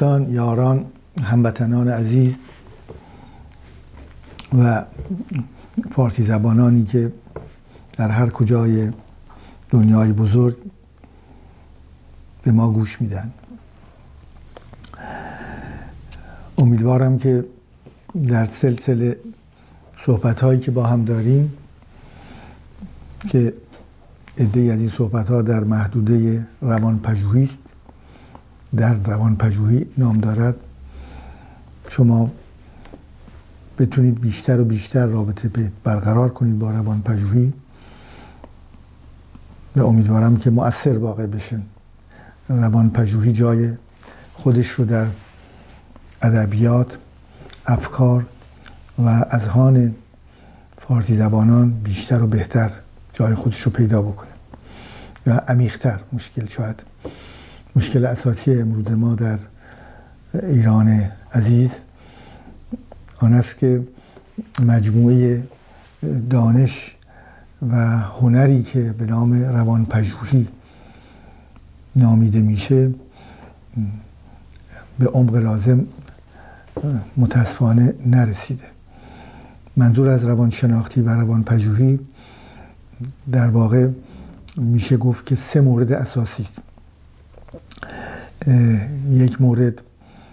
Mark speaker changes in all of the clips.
Speaker 1: دوستان، یاران، هموطنان عزیز و فارسی زبانانی که در هر کجای دنیای بزرگ به ما گوش میدن، امیدوارم که در سلسله صحبت‌هایی که با هم داریم که عده‌ای از این صحبت‌ها در محدوده روانپژوهی است، در روانپژوهی نام دارد، شما بتونید بیشتر و بیشتر رابطه برقرار کنید با روانپژوهی و امیدوارم که مؤثر واقع بشه. روانپژوهی جای خودش رو در ادبیات، افکار و اذهان فارسی زبانان بیشتر و بهتر جای خودش رو پیدا بکنه و عمیق‌تر. شاید مشکل اساسی امروز ما در ایران عزیز آن است که مجموعه دانش و هنری که به نام روانپژوهی نامیده میشه به عمق لازم متاسفانه نرسیده. منظور از روانشناختی و روانپژوهی در واقع میشه گفت که 3 مورد اساسی است. یک مورد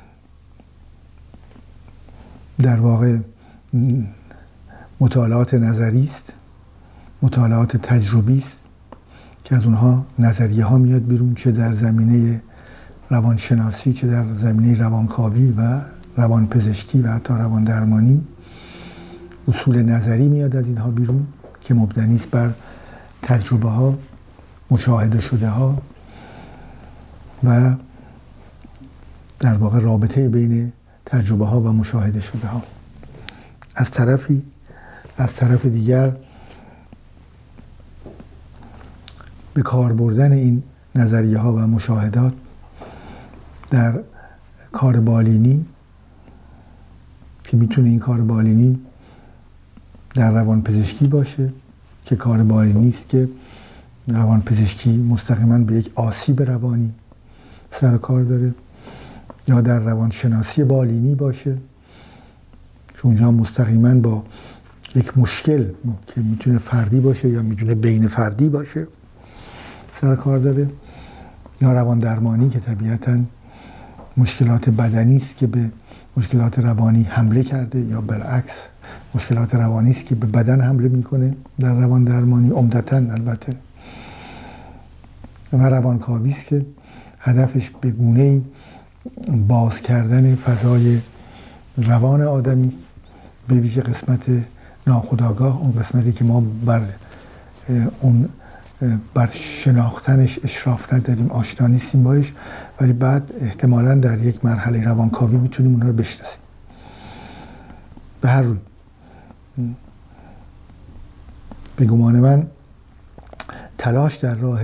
Speaker 1: در واقع مطالعات نظری است، مطالعات تجربی است که از اونها نظریه ها میاد بیرون، چه در زمینه روانشناسی، چه در زمینه روانکاوی و روانپزشکی و حتی رواندرمانی. اصول نظری میاد از اینها بیرون که مبتنی است بر تجربه ها، مشاهده شده ها و در واقع رابطه بین تجربه ها و مشاهده شده ها. از طرف دیگر به کار بردن این نظریه ها و مشاهدات در کار بالینی که میتونه این کار بالینی در روانپزشکی باشه که کار بالینی است که روانپزشکی مستقیما به یک آسیب روانی سر کار داره، یا در روانشناسی بالینی باشه که اونجا مستقیما با یک مشکل که میتونه فردی باشه یا میتونه بین فردی باشه سر کار داره، یا رواندرمانی که طبیعتاً مشکلات بدنی است که به مشکلات روانی حمله کرده، یا بالعکس مشکلات روانی است که به بدن حمله میکنه در رواندرمانی عمدتاً البته، و روانکاوی است که هدفش به گونه‌ای باز کردن فضای روان آدمی است، به ویژه قسمت ناخودآگاه، اون قسمتی که ما بر شناختنش اشراف نداریم، آشنا نیستیم باش، ولی بعد احتمالاً در یک مرحله روانکاوی میتونیم اونها رو بشناسیم. به هر روی به گمان من تلاش در راه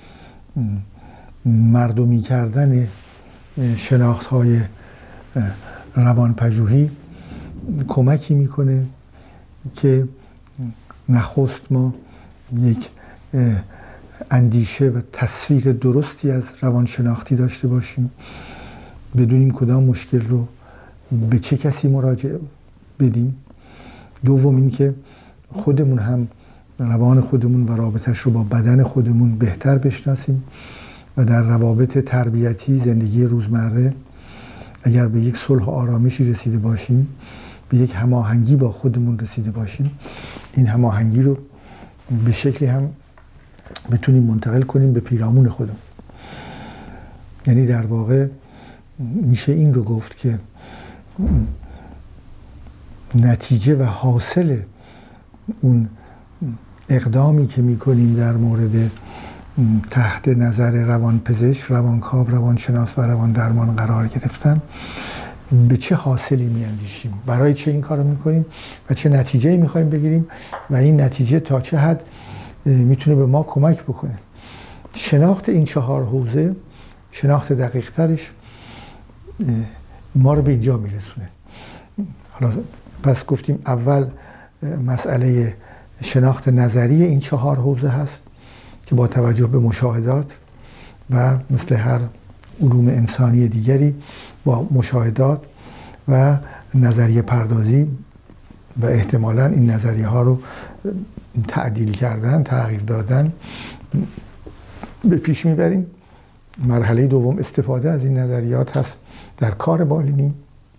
Speaker 1: مردمی کردن شناخت‌های روانپژوهی کمکی میکنه که نخست ما یک اندیشه و تصویر درستی از روانشناختی داشته باشیم، بدونیم کدام مشکل رو به چه کسی مراجعه بدیم. دوم این که خودمون هم روان خودمون و رابطش رو با بدن خودمون بهتر بشناسیم و در روابط تربیتی زندگی روزمره اگر به یک صلح و آرامشی رسیده باشیم، به یک هماهنگی با خودمون رسیده باشیم، این هماهنگی رو به شکلی هم بتونیم منتقل کنیم به پیرامون خودمون. یعنی در واقع میشه این رو گفت که نتیجه و حاصل اون اقدامی که میکنیم در مورد تحت نظر روانپزشک، روانکاو، روانشناس و رواندرمان قرار گرفتن، به چه حاصلی میاندیشیم، برای چه این کارو میکنیم و چه نتیجه‌ای میخوایم بگیریم و این نتیجه تا چه حد میتونه به ما کمک بکنه. شناخت این 4 حوزه، شناخت دقیق ترش ما رو به اینجا میرسونه. حالا پس گفتیم اول مسئله شناخت نظری این 4 حوزه هست که با توجه به مشاهدات و مثل هر علوم انسانی دیگری با مشاهدات و نظریه پردازی و احتمالاً این نظریه ها رو تعدیل کردن، تغییر دادن به پیش میبریم. مرحله دوم استفاده از این نظریات هست در کار بالینی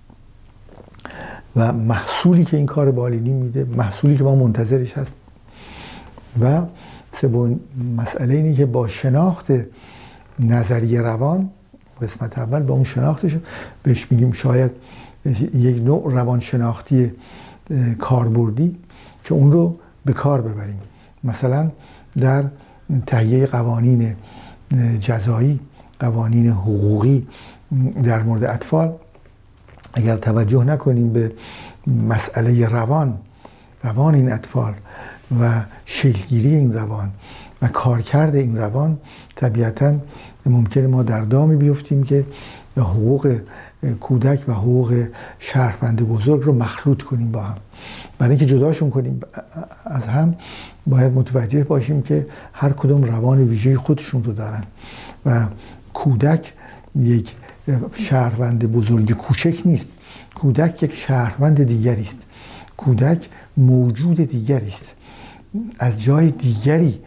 Speaker 1: و محصولی که این کار بالینی میده، محصولی که ما منتظرش هست. و سومین مسئله اینه که با شناخت نظریه روان، قسمت اول با اون شناختش بهش میگیم شاید یک نوع روانشناختی کاربردی که اون رو به کار ببریم. مثلا در تهیه قوانین جزایی، قوانین حقوقی در مورد اطفال، اگر توجه نکنیم به مسئله روان این اطفال و شکلگیری این روان و کارکرد این روان، طبیعتاً ممکنه ما در دامی بیفتیم که حقوق کودک و حقوق شهروند بزرگ رو مخلوط کنیم با هم. برای اینکه جداشون کنیم از هم، باید متوجه باشیم که هر کدوم روان ویژه خودشون رو دارن و کودک یک شهروند بزرگ کوچک نیست. کودک یک شهروند دیگری است. کودک موجود دیگری است، از جای دیگری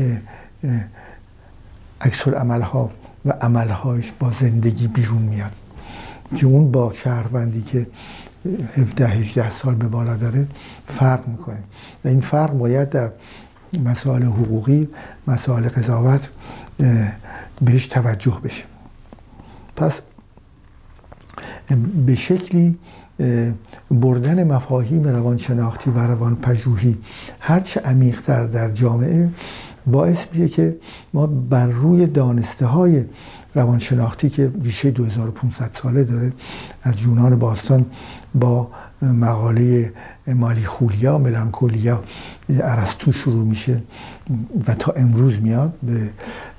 Speaker 1: عکس‌العمل‌ها و عملهایش با زندگی بیرون میاد که اون با شهروندی که 17-18 سال به بالا داره فرق میکنه و این فرق باید در مسائل حقوقی، مسائل قضاوت بهش توجه بشه. پس به شکلی بردن مفاهیم روانشناختی و روانپژوهی هرچه عمیق‌تر در جامعه باعث میشه که ما بر روی دانسته های روانشناختی که ریشه 2500 ساله داره، از یونان باستان با مقاله مالیخولیا، ملانکولیا ارسطو شروع میشه و تا امروز میاد به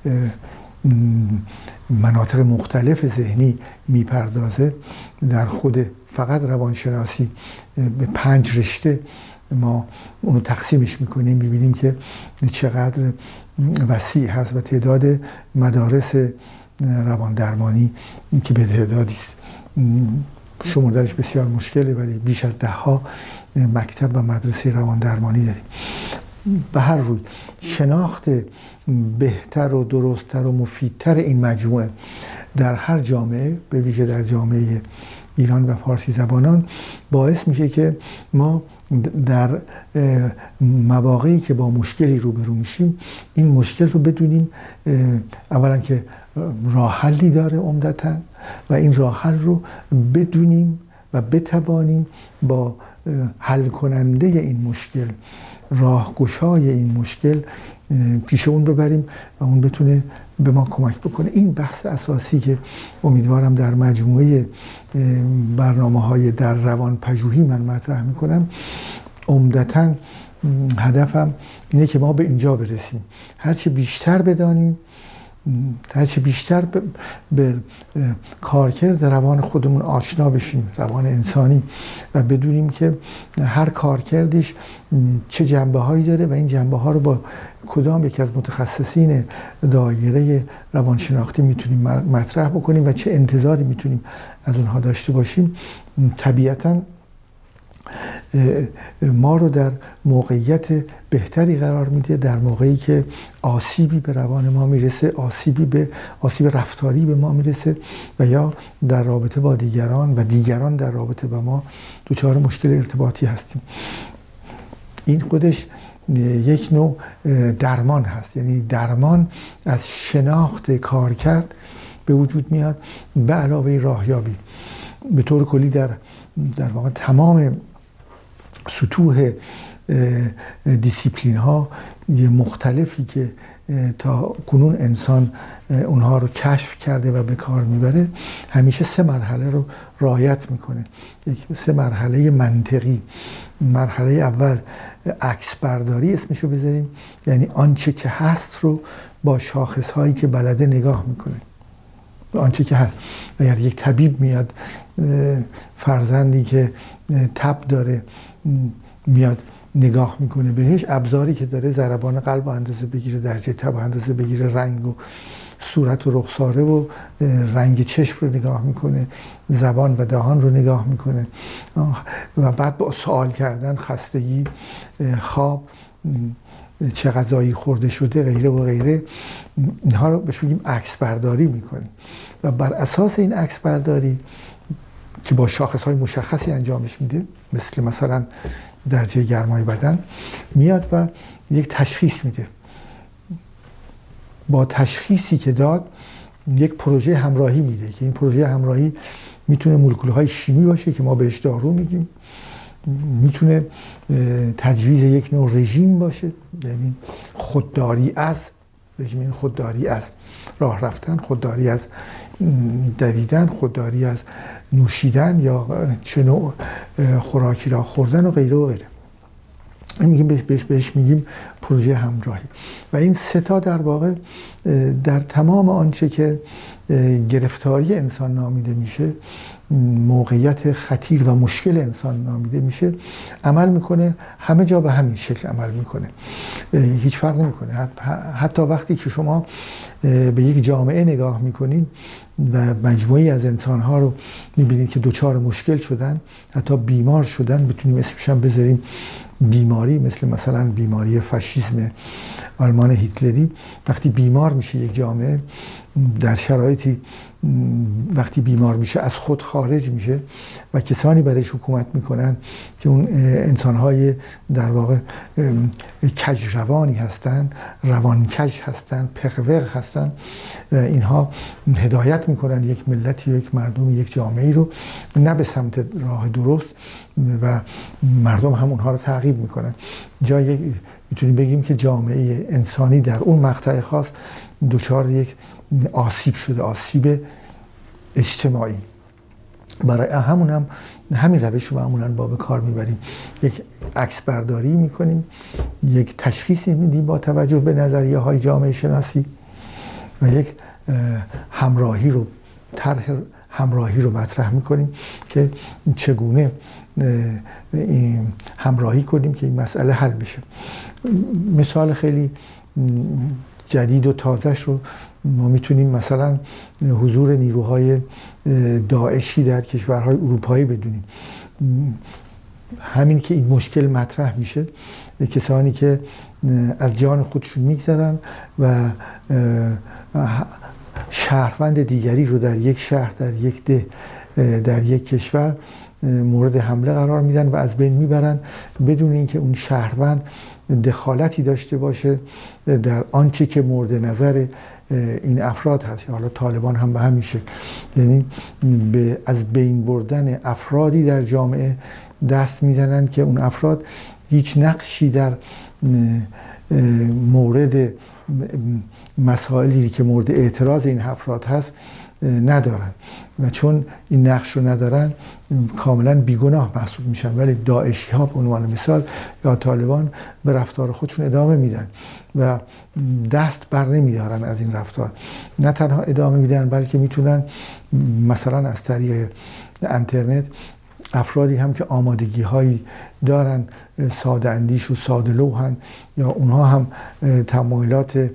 Speaker 1: مناطق مختلف ذهنی میپردازه. در خود فقط روانشناسی به 5 رشته ما اونو تقسیمش میکنیم، میبینیم که چقدر وسیع هست و تعداد مدارس روان درمانی که به تعدادی است، شمردنش بسیار مشکله، ولی بیش از 10 مکتب و مدرسه روان درمانی داریم. به هر روی شناخت بهتر و درستتر و مفیدتر این مجموعه در هر جامعه، به ویژه در جامعه ایران و فارسی زبانان، باعث میشه که ما در مواقعی که با مشکلی روبرو میشیم این مشکل رو بدونیم اولا که راه حلی داره عمدتاً و این راه حل رو بدونیم و بتوانیم با حل کننده این مشکل، راهگشای این مشکل پیش اون ببریم و اون بتونه به ما کمک بکنه. این بحث اساسی که امیدوارم در مجموعه برنامه‌های در روانپژوهی من مطرح میکنم، عمدتاً هدفم اینه که ما به اینجا برسیم، هرچی بیشتر بدانیم، هرچی بیشتر به کارکرد روان خودمون آشنا بشیم، روان انسانی، و بدونیم که هر کارکردش چه جنبه‌هایی داره و این جنبه‌ها رو با کدام یک از متخصصین دایره روانشناختی میتونیم مطرح بکنیم و چه انتظاری میتونیم از اونها داشته باشیم. طبیعتاً ما رو در موقعیت بهتری قرار میده در موقعی که آسیبی به روان ما میرسه، آسیب رفتاری به ما میرسه و یا در رابطه با دیگران و دیگران در رابطه با ما دچار مشکل ارتباطی هستیم. این خودش یک نوع درمان هست، یعنی درمان از شناخت کارکرد به وجود میاد به علاوه راهیابی. به طور کلی در واقع تمام سطوح دیسیپلین ها مختلفی که تا کنون انسان اونها رو کشف کرده و به کار میبره، همیشه 3 مرحله رو رعایت میکنه. 3 مرحله منطقی. مرحله اول عکس برداری اسمشو بذاریم، یعنی آنچه که هست رو با شاخص هایی که بلده نگاه میکنه، آنچه که هست. اگر یک طبیب میاد فرزندی که تب داره میاد نگاه میکنه بهش، ابزاری که داره ضربان قلب رو اندازه بگیره، درجه تب اندازه بگیره، رنگ و صورت و رخساره و رنگ چشم رو نگاه میکنه، زبان و دهان رو نگاه میکنه و بعد با سوال کردن خستگی، خواب، چه غذایی خورده شده، غیره و غیره، اینها رو بهش میگیم عکس برداری میکنیم و بر اساس این عکس برداری که با شاخصهای مشخصی انجامش میده، مثلا درجه گرمای بدن، میاد و یک تشخیص میده. با تشخیصی که داد یک پروژه همراهی میده که این پروژه همراهی میتونه مولکولهای شیمی باشه که ما بهش دارو میگیم، میتونه تجویز یک نوع رژیم باشه، یعنی خودداری از رژیم، خودداری از راه رفتن، خودداری از دویدن، خودداری از نوشیدن یا چه نوع خوراکی را خوردن و غیره و غیره. این بهش میگیم پروژه همراهی. و این سه تا در واقع در تمام آنچه که گرفتاری انسان نامیده میشه، موقعیت خطیر و مشکل انسان نامیده میشه، عمل میکنه. همه جا به همین شکل عمل میکنه، هیچ فرق نمیکنه. حتی وقتی که شما به یک جامعه نگاه میکنید و مجموعی از انسانها رو میبینید که دچار مشکل شدن، حتی بیمار شدن، بتونیم اسمش هم بذاریم بیماری، مثلا بیماری فاشیسم آلمان هیتلری. وقتی بیمار میشه یک جامعه، در شرایطی وقتی بیمار میشه از خود خارج میشه و کسانی برایش حکومت میکنن که اون انسانهای در واقع کج روانی هستن، روان کج هستن، پقوق هستن، اینها هدایت میکنن یک ملتی، یک مردم، یک جامعه رو نه به سمت راه درست و مردم هم اونها رو تعقیب میکنن. جای میتونیم بگیم که جامعه انسانی در اون مقطع خاص دچار یک آسیب شده، آسیب اجتماعی. برای همین روش رو معمولاً به کار میبریم. یک عکس برداری میکنیم، یک تشخیصی میدیم با توجه به نظریه های جامعه شناسی و یک طرح همراهی رو مطرح میکنیم که چگونه همراهی کنیم که این مسئله حل بشه. مثال خیلی جدید و تازهش رو ما میتونیم مثلا حضور نیروهای داعشی در کشورهای اروپایی بدونیم. همین که این مشکل مطرح میشه، کسانی که از جان خودشون میگذرن و شهروند دیگری رو در یک شهر، در یک ده، در یک کشور مورد حمله قرار میدن و از بین میبرن بدون اینکه اون شهروند دخالتی داشته باشه در آنچه که مورد نظر این افراد هست. حالا طالبان هم به همین شکل، یعنی از بین بردن افرادی در جامعه دست میزنن که اون افراد هیچ نقشی در مورد مسائلی که مورد اعتراض این افراد هست ندارن و چون این نقش رو ندارن کاملا بیگناه محسوب میشن. ولی داعشی ها به عنوان مثال یا طالبان به رفتار خودشون ادامه میدن و دست بر نمیدارن از این رفتار. نه تنها ادامه میدن بلکه میتونن مثلا از طریق اینترنت افرادی هم که آمادگی هایی دارن، ساده اندیش و ساده لوحن یا اونها هم تمایلات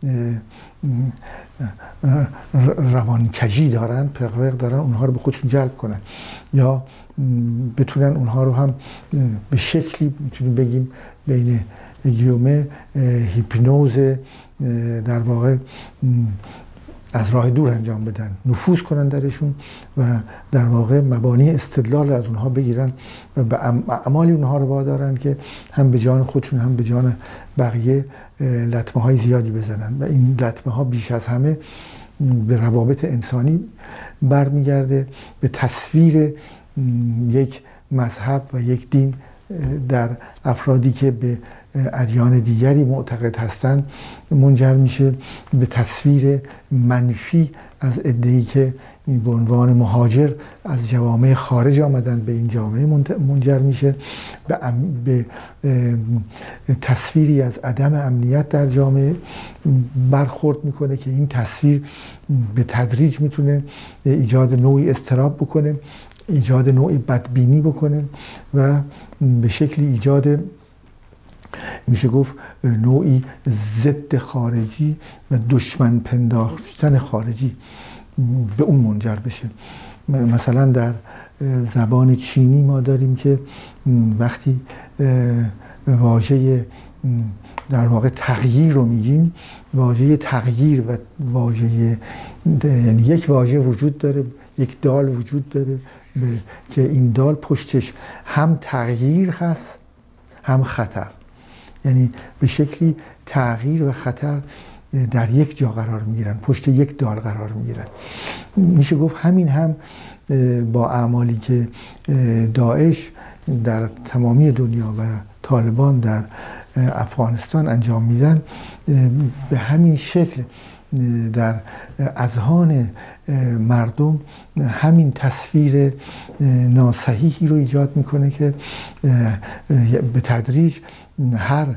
Speaker 1: روانکجی دارن، پقوق دارن، اونها رو به خودشون جلب کنن یا بتونن اونها رو هم به شکلی میتونیم بگیم بین گیومه هیپنوز در واقع از راه دور انجام بدن، نفوذ کنن درشون و در واقع مبانی استدلال از اونها بگیرن و به اعمالی اونها رو وادارن که هم به جان خودشون هم به جان بقیه لطمه های زیادی بزنن. و این لطمه ها بیش از همه به روابط انسانی برمیگرده، به تصویر یک مذهب و یک دین در افرادی که به ادیان دیگری معتقد هستند منجر میشه، به تصویر منفی از عده‌ای که به عنوان مهاجر از جوامع خارج آمدن به این جامعه منجر میشه، به تصویری از عدم امنیت در جامعه برخورد میکنه که این تصویر به تدریج میتونه ایجاد نوعی اضطراب بکنه، ایجاد نوعی بدبینی بکنه و به شکلی ایجاد میشه گفت نوعی ضد خارجی و دشمن پنداشتن خارجی به اون منجر بشه. مثلا در زبان چینی ما داریم که وقتی واژه در واقع تغییر رو میگیم، واژه تغییر و واژه یعنی یک واژه وجود داره، یک دال وجود داره که این دال پشتش هم تغییر هست هم خطر، یعنی به شکلی تغییر و خطر در یک جا قرار میگیرن، پشت یک دال قرار میگیرن. میشه گفت همین هم با اعمالی که داعش در تمامی دنیا و طالبان در افغانستان انجام میدن به همین شکل در اذهان مردم همین تصویر ناصحیحی رو ایجاد میکنه که به تدریج هر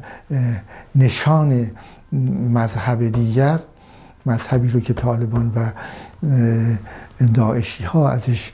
Speaker 1: نشان مذهب دیگر، مذهبی رو که طالبان و داعشی ها ازش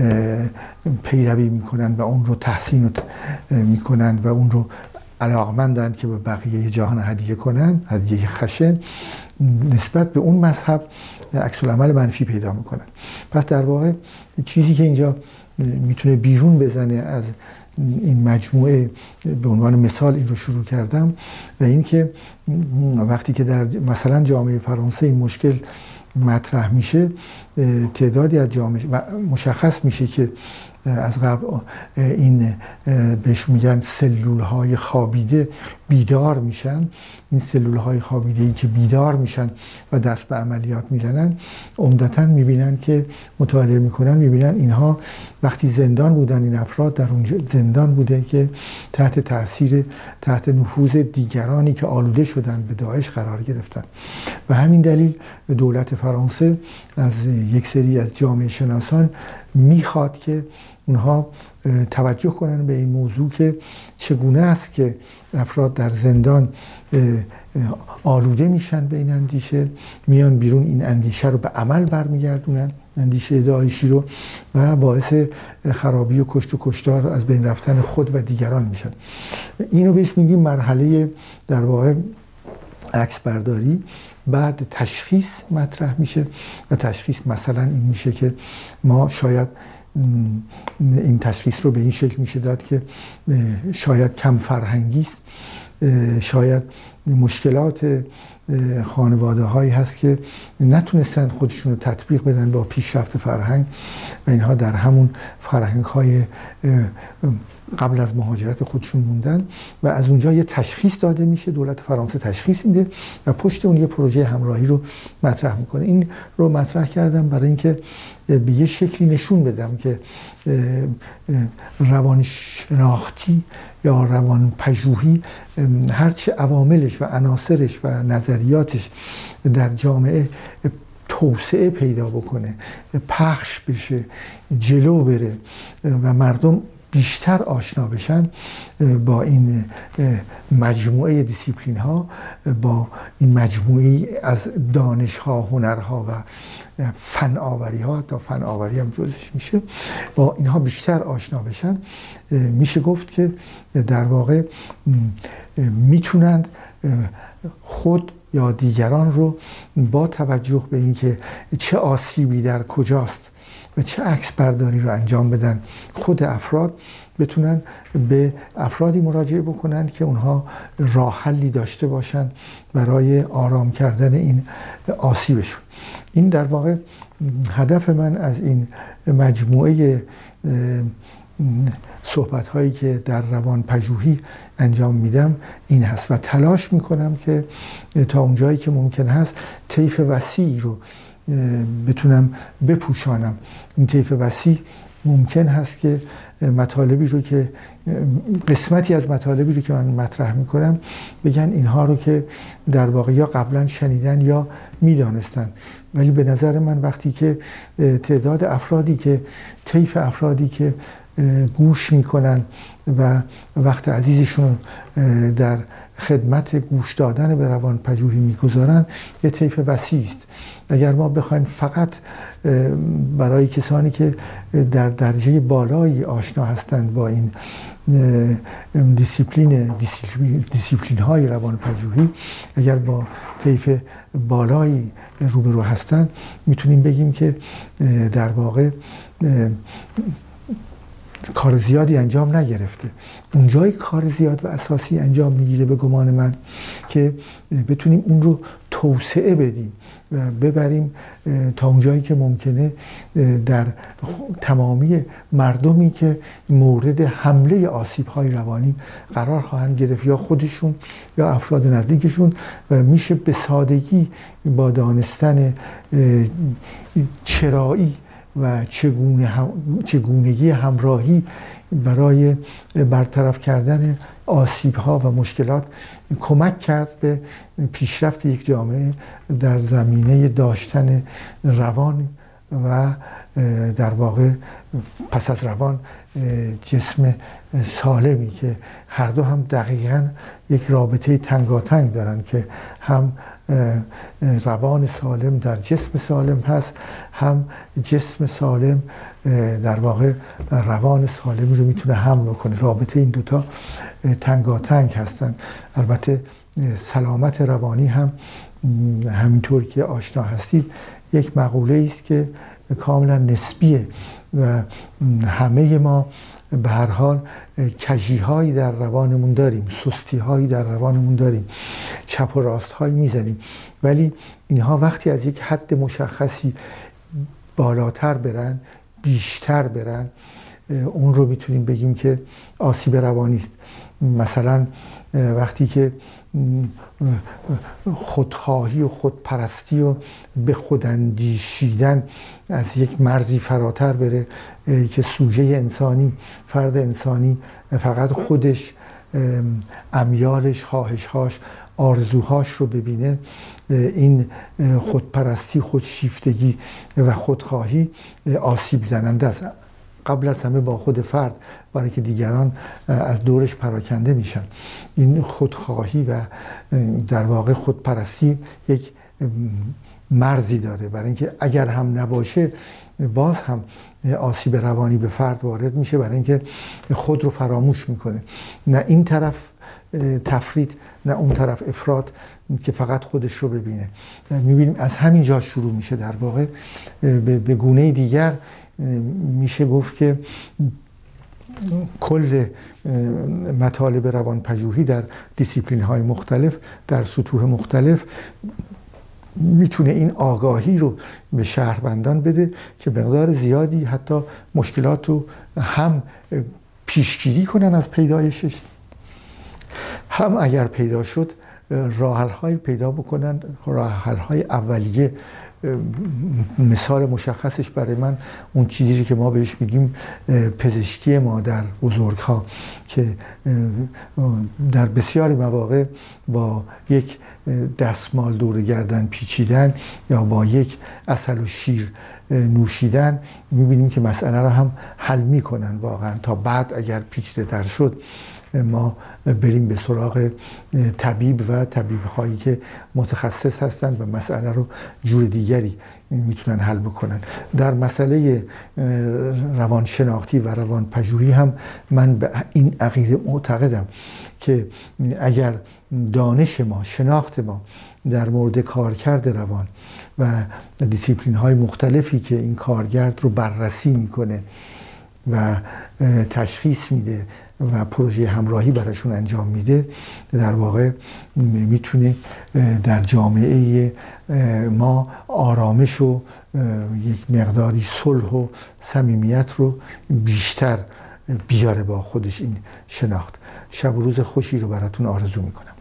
Speaker 1: پیروی میکنن و اون رو تحسین میکنن و اون رو علاقمندند که به بقیه جهان هدیه کنن، هدیه خشن، نسبت به اون مذهب عکس العمل منفی پیدا میکنن. پس در واقع چیزی که اینجا میتونه بیرون بزنه از این مجموعه، به عنوان مثال این رو شروع کردم، و این که وقتی که در مثلا جامعه فرانسه این مشکل مطرح میشه، تعدادی از جامعه مشخص میشه که از قبل این بهش میگن سلول های خوابیده بیدار میشن. این سلول های خوابیده ای که بیدار میشن و دست به عملیات میزنن، عمدتاً میبینن که مطالعه میکنن، میبینن اینها وقتی زندان بودن، این افراد در اون زندان بوده که تحت تاثیر، تحت نفوذ دیگرانی که آلوده شدن به داعش قرار گرفتن. و همین دلیل دولت فرانسه از یک سری از جامعه شناسان میخواد که اونها توجه کنن به این موضوع که چگونه است که افراد در زندان آلوده میشن به این اندیشه، میان بیرون این اندیشه رو به عمل برمیگردونن، اندیشه داعشی رو، و باعث خرابی و کشت و کشتار از بین رفتن خود و دیگران میشن. اینو بهش میگیم مرحله در واقع عکس برداری. بعد تشخیص مطرح میشه و تشخیص مثلا این میشه که ما شاید این تشخیص رو به این شکل میشه داد که شاید کم فرهنگی است، شاید مشکلات خانواده هایی هست که نتونستن خودشون رو تطبیق بدن با پیشرفت فرهنگ و اینها در همون فرهنگ های قبل از مهاجرت خودشون موندن و از اونجا یه تشخیص داده میشه. دولت فرانسه تشخیص میده و پشت اون یه پروژه همراهی رو مطرح میکنه. این رو مطرح کردم برای اینکه به یه شکلی نشون بدم که روانشناختی یا روانپژوهی هرچه عواملش و عناصرش و نظریاتش در جامعه توسعه پیدا بکنه، پخش بشه، جلو بره و مردم بیشتر آشنا بشن با این مجموعه دیسیپلین ها، با این مجموعه از دانش ها، هنرها و فن آوری ها، تا فن آوری هم جزش میشه، با اینها بیشتر آشنا بشن، میشه گفت که در واقع میتونند خود یا دیگران رو با توجه به اینکه چه آسیبی در کجاست و چه عکس برداری رو انجام بدن، خود افراد بتونن به افرادی مراجعه بکنن که اونها راه حلی داشته باشن برای آرام کردن این آسیبشون. این در واقع هدف من از این مجموعه صحبت هایی که در روان پژوهی انجام میدم این هست و تلاش میکنم که تا اونجایی که ممکن هست طیف وسیعی رو بتونم بپوشانم. این طیف وسیع ممکن هست که مطالبی رو که قسمتی از مطالبی رو که من مطرح میکنم بگن اینها رو که در واقع یا قبلا شنیدن یا میدانستن، ولی به نظر من وقتی که تعداد افرادی که طیف افرادی که گوش میکنن و وقت عزیزشون در خدمت گوش دادن به روانپژوهی میگذارن یه طیف وسیع است. اگر ما بخوایم فقط برای کسانی که در درجه بالایی آشنا هستند با این دیسیپلین های روانپژوهی، اگر با طیف بالایی روبرو هستند، میتونیم بگیم که در واقع کار زیادی انجام نگرفته. اونجای کار زیاد و اساسی انجام میگیره به گمان من که بتونیم اون رو توسعه بدیم و ببریم تا اونجایی که ممکنه در تمامی مردمی که مورد حمله آسیب‌های روانی قرار خواهند گرفت، یا خودشون یا افراد نزدیکشون، و میشه به سادگی با دانستن چرایی و چگونگی همراهی برای برطرف کردن آسیب‌ها و مشکلات کمک کرد به پیشرفت یک جامعه در زمینه داشتن روان و در واقع پس از روان جسم سالمی که هر دو هم دقیقاً یک رابطه تنگاتنگ دارن که هم روان سالم در جسم سالم هست، هم جسم سالم در واقع روان سالمی رو میتونه حمل کنه. رابطه این دوتا تنگاتنگ هستن. البته سلامت روانی هم همینطور که آشنا هستید یک مقوله است که کاملا نسبیه و همه ما به هر حال کجی‌هایی در روانمون داریم، سستی‌هایی در روانمون داریم، چپ و راست‌هایی میزنیم، ولی اینها وقتی از یک حد مشخصی بالاتر برن، بیشتر برن، اون رو میتونیم بگیم که آسیب روانی است. مثلا وقتی که خودخواهی و خودپرستی و به خوداندیشیدن از یک مرزی فراتر بره که سوژه انسانی، فرد انسانی فقط خودش، امیالش، خواهشهاش، آرزوهاش رو ببینه، این خودپرستی، خودشیفتگی و خودخواهی آسیب زننده است. قبل از همه با خود فرد، برای که دیگران از دورش پراکنده میشن. این خودخواهی و در واقع خودپرستی یک مرزی داره، برای اینکه اگر هم نباشه باز هم آسیب روانی به فرد وارد میشه، برای اینکه خود رو فراموش میکنه. نه این طرف تفرید، نه اون طرف افراط که فقط خودش رو ببینه. میبینیم از همین جا شروع میشه. در واقع به گونه دیگر میشه گفت که کل مطالب روانپژوهی در دیسیپلین های مختلف، در سطوح مختلف، میتونه این آگاهی رو به شهروندان بده که مقدار زیادی حتی مشکلات رو هم پیشگیری کنن از پیدایشش، هم اگر پیدا شد راه حل های پیدا بکنن، راه حل های اولیه. مثال مشخصش برای من اون چیزی که ما بهش میگیم پزشکی مادر بزرگها، که در بسیاری مواقع با یک دستمال دور گردن پیچیدن یا با یک عسل و شیر نوشیدن میبینیم که مسئله رو هم حل میکنن واقعا، تا بعد اگر پیچیده تر شد ما بریم به سراغ طبیب و طبیب‌هایی که متخصص هستند و مسئله رو جور دیگری میتونن حل بکنن. در مسئله روانشناختی و روانپژوهی هم من به این عقیده معتقدم که اگر دانش ما، شناخت ما در مورد کارکرد روان و دیسیپلین‌های مختلفی که این کارکرد رو بررسی میکنه و تشخیص میده و پروژه همراهی براشون انجام میده، در واقع میتونه در جامعه ما آرامش و یک مقداری صلح و صمیمیت رو بیشتر بیاره با خودش این شناخت. شب و روز خوشی رو براتون آرزو میکنم.